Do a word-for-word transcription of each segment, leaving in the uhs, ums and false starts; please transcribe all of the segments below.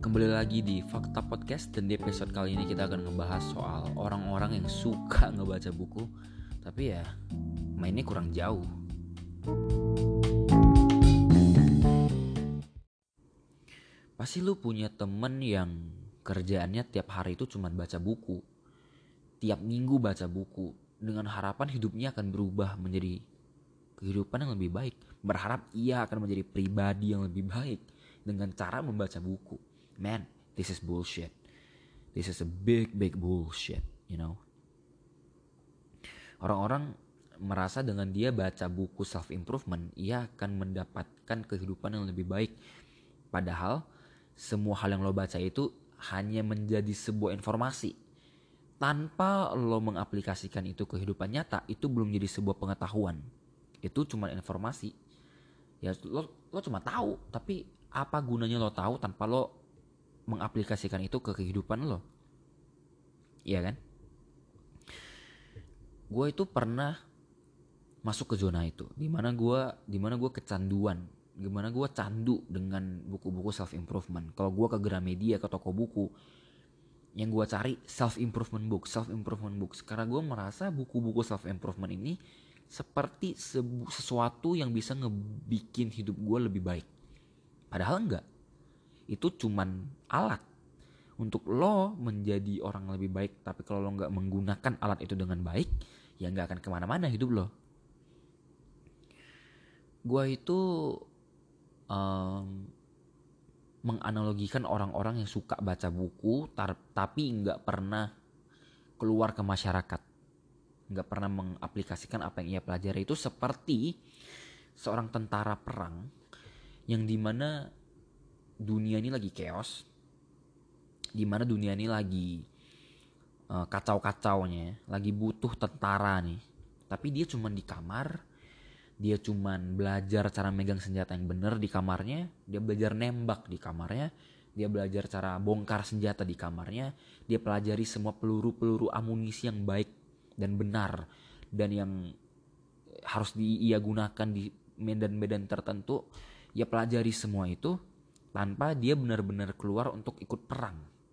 Kembali lagi di Fakta Podcast, dan di episode kali ini kita akan ngebahas soal orang-orang yang suka ngebaca buku tapi ya mainnya kurang jauh. Pasti lu punya temen yang kerjaannya tiap hari itu cuma baca buku, tiap minggu baca buku, dengan harapan hidupnya akan berubah menjadi kehidupan yang lebih baik, berharap ia akan menjadi pribadi yang lebih baik dengan cara membaca buku. Man, this is bullshit. This is a big big bullshit, you know. Orang-orang merasa dengan dia baca buku self improvement, ia akan mendapatkan kehidupan yang lebih baik. Padahal semua hal yang lo baca itu hanya menjadi sebuah informasi. Tanpa lo mengaplikasikan itu ke kehidupan nyata, itu belum jadi sebuah pengetahuan. Itu cuma informasi. Ya lo lo cuma tahu, tapi apa gunanya lo tahu tanpa lo mengaplikasikan itu ke kehidupan lo? Iya kan? Gue itu pernah masuk ke zona itu, dimana gue dimana gue kecanduan, gimana gue candu dengan buku-buku self improvement. Kalau gue ke Gramedia, ke toko buku, yang gue cari self improvement book, self improvement books. Karena gue merasa buku-buku self improvement ini seperti sebu- sesuatu yang bisa ngebikin hidup gue lebih baik. Padahal enggak. Itu cuman alat untuk lo menjadi orang yang lebih baik. Tapi kalau lo nggak menggunakan alat itu dengan baik, ya nggak akan kemana-mana hidup lo. Gue itu um, menganalogikan orang-orang yang suka baca buku tar- tapi nggak pernah keluar ke masyarakat, nggak pernah mengaplikasikan apa yang ia pelajari, itu seperti seorang tentara perang yang dimana dunia ini lagi chaos, dimana dunia ini lagi uh, kacau-kacaunya, lagi butuh tentara nih, tapi dia cuma di kamar. Dia cuman belajar cara megang senjata yang benar di kamarnya. Dia belajar nembak di kamarnya. Dia belajar cara bongkar senjata di kamarnya. Dia pelajari semua peluru-peluru amunisi yang baik dan benar, dan yang harus di, ia gunakan di medan-medan tertentu. Ia pelajari semua itu tanpa dia benar-benar keluar untuk ikut perang,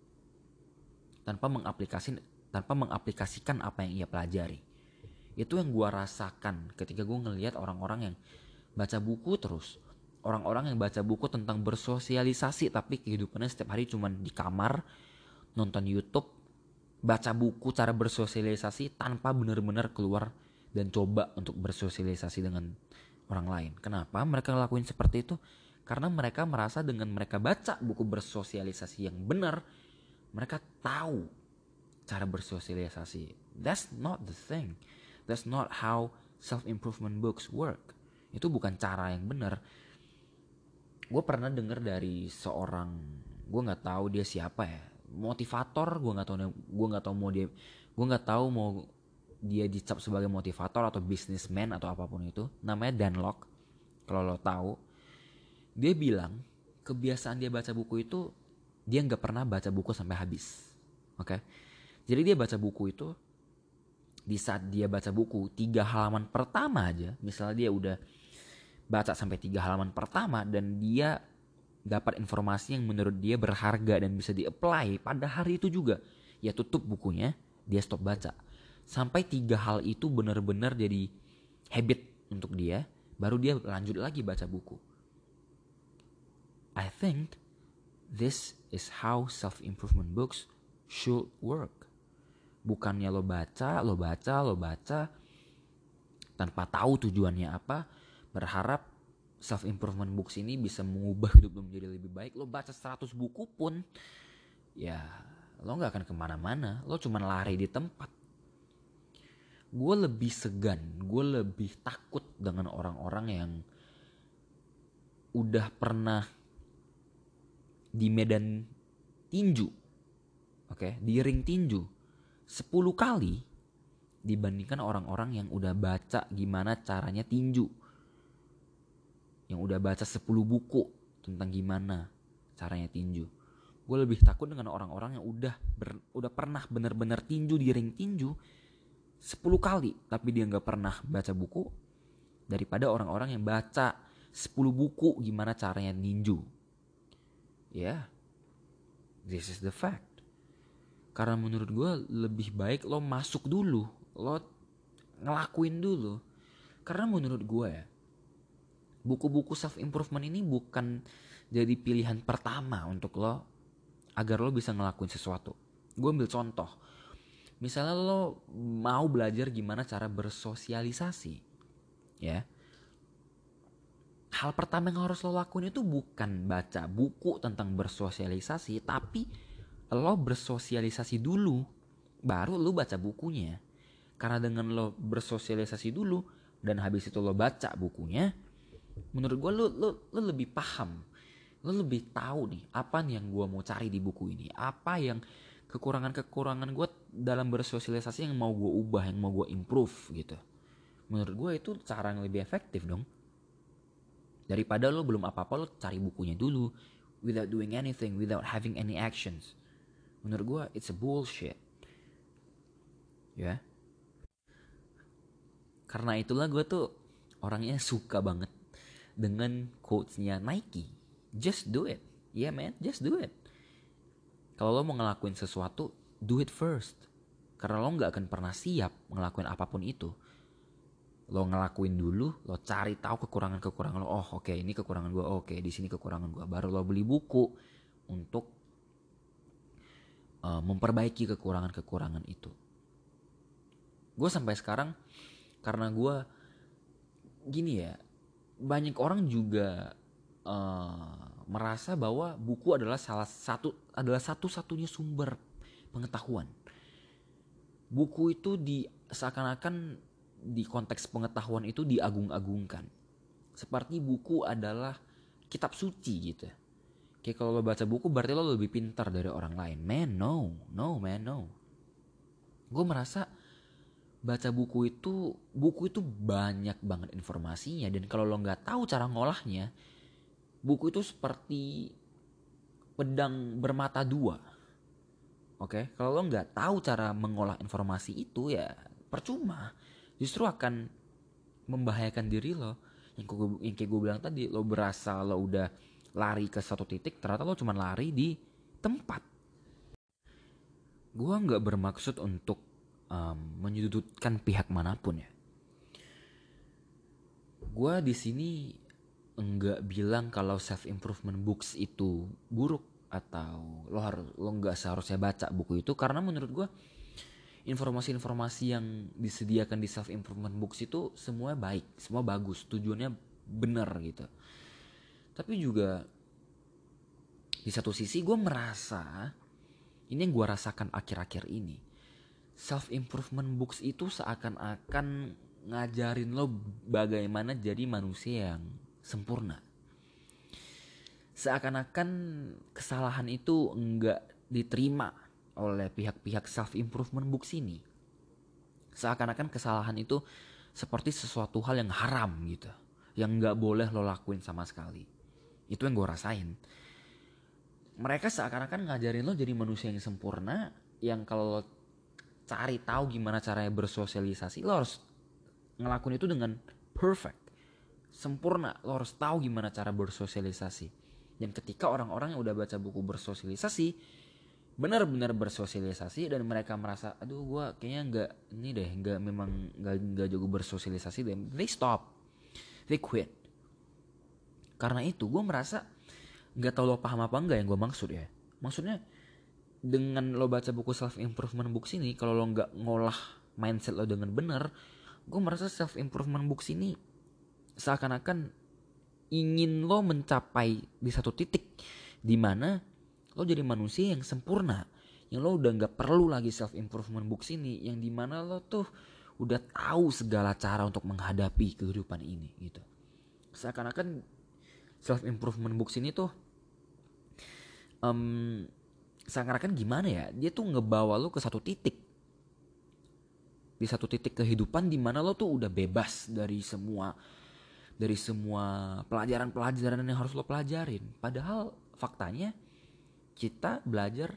tanpa mengaplikasikan tanpa mengaplikasikan apa yang ia pelajari. Itu yang gue rasakan ketika gue ngelihat orang-orang yang baca buku terus. Orang-orang yang baca buku tentang bersosialisasi, tapi kehidupannya setiap hari cuma di kamar, nonton YouTube, baca buku cara bersosialisasi tanpa benar-benar keluar dan coba untuk bersosialisasi dengan orang lain. Kenapa mereka ngelakuin seperti itu? Karena mereka merasa dengan mereka baca buku bersosialisasi yang benar, mereka tahu cara bersosialisasi. That's not the thing. That's not how self-improvement books work. Itu bukan cara yang benar. Gue pernah dengar dari seorang, gue nggak tahu dia siapa ya, motivator. Gue nggak tahu, gue nggak tahu mau dia, gue nggak tahu mau dia dicap sebagai motivator atau businessman atau apapun itu. Namanya Dan Lok. Kalau lo tahu, dia bilang kebiasaan dia baca buku itu, dia nggak pernah baca buku sampai habis. Oke, okay? Jadi dia baca buku itu, di saat dia baca buku tiga halaman pertama aja, misalnya dia udah baca sampai tiga halaman pertama dan dia dapat informasi yang menurut dia berharga dan bisa di-apply pada hari itu juga, ya tutup bukunya, dia stop baca. Sampai tiga hal itu benar-benar jadi habit untuk dia, baru dia lanjut lagi baca buku. I think this is how self-improvement books should work. Bukannya lo baca, lo baca, lo baca tanpa tahu tujuannya apa, berharap self-improvement books ini bisa mengubah hidup lo menjadi lebih baik. Lo baca seratus buku pun, ya lo gak akan kemana-mana. Lo cuma lari di tempat. Gue lebih segan, gue lebih takut dengan orang-orang yang udah pernah di medan tinju, oke, okay? Di ring tinju sepuluh kali dibandingkan orang-orang yang udah baca gimana caranya tinju, yang udah baca sepuluh buku tentang gimana caranya tinju. Gue lebih takut dengan orang-orang yang udah ber, udah pernah bener-bener tinju di ring tinju sepuluh kali tapi dia gak pernah baca buku, daripada orang-orang yang baca sepuluh buku gimana caranya ninju. Ya, This is the fact. Karena menurut gue lebih baik lo masuk dulu, lo ngelakuin dulu. Karena menurut gue ya, buku-buku self improvement ini bukan jadi pilihan pertama untuk lo agar lo bisa ngelakuin sesuatu. Gue ambil contoh, misalnya lo mau belajar gimana cara bersosialisasi, ya. Hal pertama yang harus lo lakuin itu bukan baca buku tentang bersosialisasi, tapi lo bersosialisasi dulu, baru lo baca bukunya. Karena dengan lo bersosialisasi dulu dan habis itu lo baca bukunya, menurut gue lo, lo, lo lebih paham, lo lebih tahu nih apa nih yang gue mau cari di buku ini, apa yang kekurangan-kekurangan gue dalam bersosialisasi yang mau gue ubah, yang mau gue improve gitu. Menurut gue itu cara yang lebih efektif dong. Daripada lo belum apa-apa lo cari bukunya dulu without doing anything, without having any actions. Menurut gue it's a bullshit. Ya. Karena itulah gue tuh orangnya suka banget dengan quotes-nya Nike. Just do it. Yeah man, just do it. Kalau lo mau ngelakuin sesuatu, do it first. Karena lo gak akan pernah siap ngelakuin apapun itu. Lo ngelakuin dulu, lo cari tahu kekurangan-kekurangan lo. Oh oke, okay, ini kekurangan gue. Oke, okay, di sini kekurangan gue. Baru lo beli buku untuk uh, memperbaiki kekurangan-kekurangan itu. Gue sampai sekarang, karena gue gini ya, banyak orang juga uh, merasa bahwa buku adalah salah satu adalah satu-satunya sumber pengetahuan. Buku itu di seakan-akan di konteks pengetahuan itu diagung-agungkan. Seperti buku adalah kitab suci gitu. Kayak kalau lo baca buku berarti lo lebih pintar dari orang lain. Man, no. No, man, no. Gue merasa baca buku itu, buku itu banyak banget informasinya. Dan kalau lo gak tahu cara ngolahnya, buku itu seperti pedang bermata dua. Oke, kalau lo gak tahu cara mengolah informasi itu ya percuma. Justru akan membahayakan diri lo. Yang, yang kayak gue bilang tadi, lo berasa lo udah lari ke satu titik, ternyata lo cuma lari di tempat. Gue gak bermaksud untuk um, menyudutkan pihak manapun ya. Gue di sini enggak bilang kalau self improvement books itu buruk atau lo harus lo nggak seharusnya baca buku itu, karena menurut gue informasi-informasi yang disediakan di self improvement books itu semua baik, semua bagus, tujuannya benar gitu. Tapi juga di satu sisi gue merasa, ini yang gue rasakan akhir-akhir ini, self improvement books itu seakan-akan ngajarin lo bagaimana jadi manusia yang sempurna. Seakan-akan kesalahan itu enggak diterima oleh pihak-pihak self improvement books ini. Seakan-akan kesalahan itu seperti sesuatu hal yang haram gitu, yang gak boleh lo lakuin sama sekali. Itu yang gue rasain. Mereka seakan-akan ngajarin lo jadi manusia yang sempurna, yang kalau lo cari tahu gimana caranya bersosialisasi, lo harus ngelakuin itu dengan perfect, sempurna. Lo harus tahu gimana cara bersosialisasi. Dan ketika orang-orang yang udah baca buku bersosialisasi benar-benar bersosialisasi dan mereka merasa, aduh gue kayaknya nggak ini deh, nggak memang nggak nggak jago bersosialisasi deh, they stop, they quit. Karena itu gue merasa, nggak tahu lo paham apa enggak yang gue maksud ya. Maksudnya dengan lo baca buku self improvement books ini, kalau lo nggak ngolah mindset lo dengan benar, gue merasa self improvement books ini seakan-akan ingin lo mencapai di satu titik di mana lo jadi manusia yang sempurna, yang lo udah gak perlu lagi self improvement books ini, yang dimana lo tuh udah tahu segala cara untuk menghadapi kehidupan ini gitu. Seakan-akan self improvement books ini tuh um, seakan-akan gimana ya, dia tuh ngebawa lo ke satu titik, di satu titik kehidupan dimana lo tuh udah bebas dari semua dari semua pelajaran-pelajaran yang harus lo pelajarin. Padahal faktanya kita belajar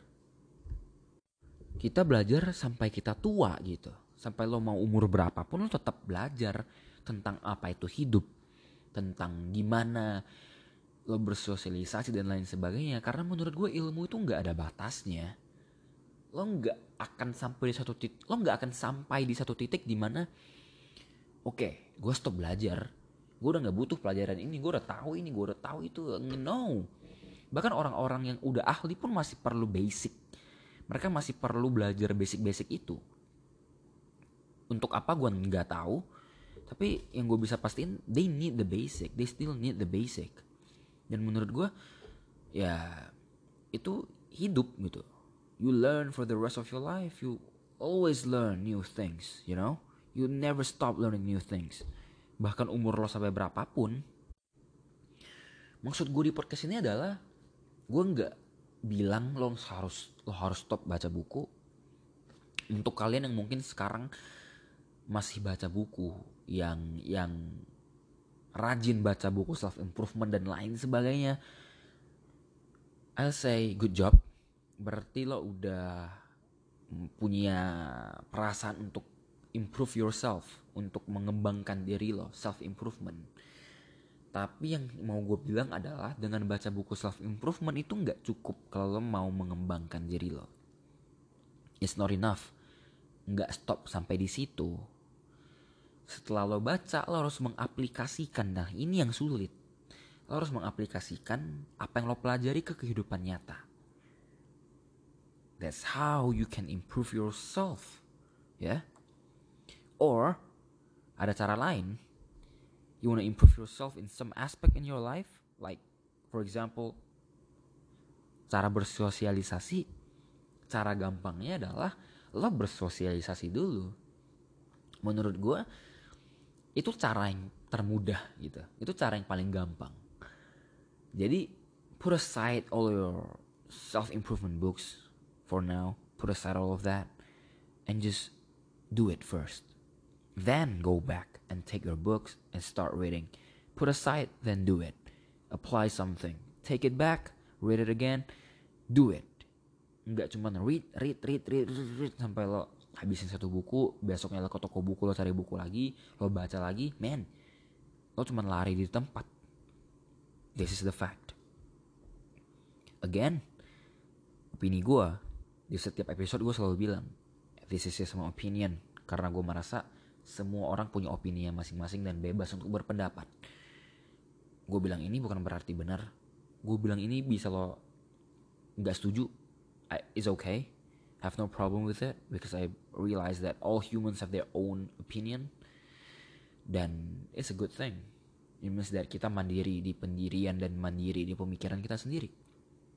kita belajar sampai kita tua gitu. Sampai lo mau umur berapapun lo tetap belajar tentang apa itu hidup, tentang gimana lo bersosialisasi dan lain sebagainya. Karena menurut gue ilmu itu nggak ada batasnya. Lo nggak akan sampai di satu titik, lo nggak akan sampai di satu titik di mana, oke, okay, gue stop belajar, gue udah nggak butuh pelajaran ini, gue udah tahu ini, gue udah tahu itu. No, bahkan orang-orang yang udah ahli pun masih perlu basic. Mereka masih perlu belajar basic-basic itu. Untuk apa gue nggak tahu, tapi yang gue bisa pastiin, they need the basic, they still need the basic. Dan menurut gue, ya itu hidup gitu. You learn for the rest of your life. You always learn new things, you know. You never stop learning new things. Bahkan umur lo sampai berapapun. Maksud gue di podcast ini adalah, gue nggak bilang lo harus lo harus stop baca buku. Untuk kalian yang mungkin sekarang masih baca buku, yang yang rajin baca buku self improvement dan lain sebagainya, I'll say good job. Berarti lo udah punya perasaan untuk improve yourself, untuk mengembangkan diri lo, self improvement. Tapi yang mau gue bilang adalah, dengan baca buku self improvement itu nggak cukup kalau lo mau mengembangkan diri lo. It's not enough. Nggak stop sampai di situ. Setelah lo baca, lo harus mengaplikasikan. Nah, ini yang sulit. Lo harus mengaplikasikan apa yang lo pelajari ke kehidupan nyata. That's how you can improve yourself, ya. Yeah? Or ada cara lain. You wanna improve yourself in some aspect in your life, like for example, cara bersosialisasi. Cara gampangnya adalah lo bersosialisasi dulu. Menurut gue itu cara yang termudah gitu. Itu cara yang paling gampang. Jadi put aside all your self improvement books. For now, put aside all of that and just do it first. Then go back and take your books and start reading. Put aside, then do it. Apply something. Take it back, read it again, do it. Enggak cuma read, read, read, read, read, read sampai lo habisin satu buku, besoknya lo ke toko buku, lo cari buku lagi, lo baca lagi. Man, lo cuma lari di tempat. This is the fact. Again, opini gue, di setiap episode gue selalu bilang, this is just my opinion. Karena gue merasa semua orang punya opini yang masing-masing dan bebas untuk berpendapat. Gue bilang ini bukan berarti benar. Gue bilang ini bisa lo gak setuju, I, it's okay. I have no problem with it. Because I realize that all humans have their own opinion. Dan it's a good thing. It means that kita mandiri di pendirian dan mandiri di pemikiran kita sendiri.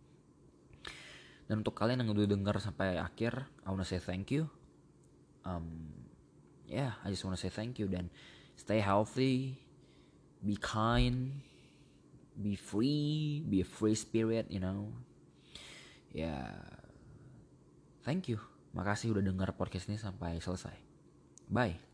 Dan untuk kalian yang udah denger sampai akhir, I wanna say thank you. Um, yeah, I just wanna say thank you. Dan stay healthy, be kind, be free, be a free spirit, you know. Ya, yeah. Thank you. Makasih udah denger podcast ini sampai selesai. Bye.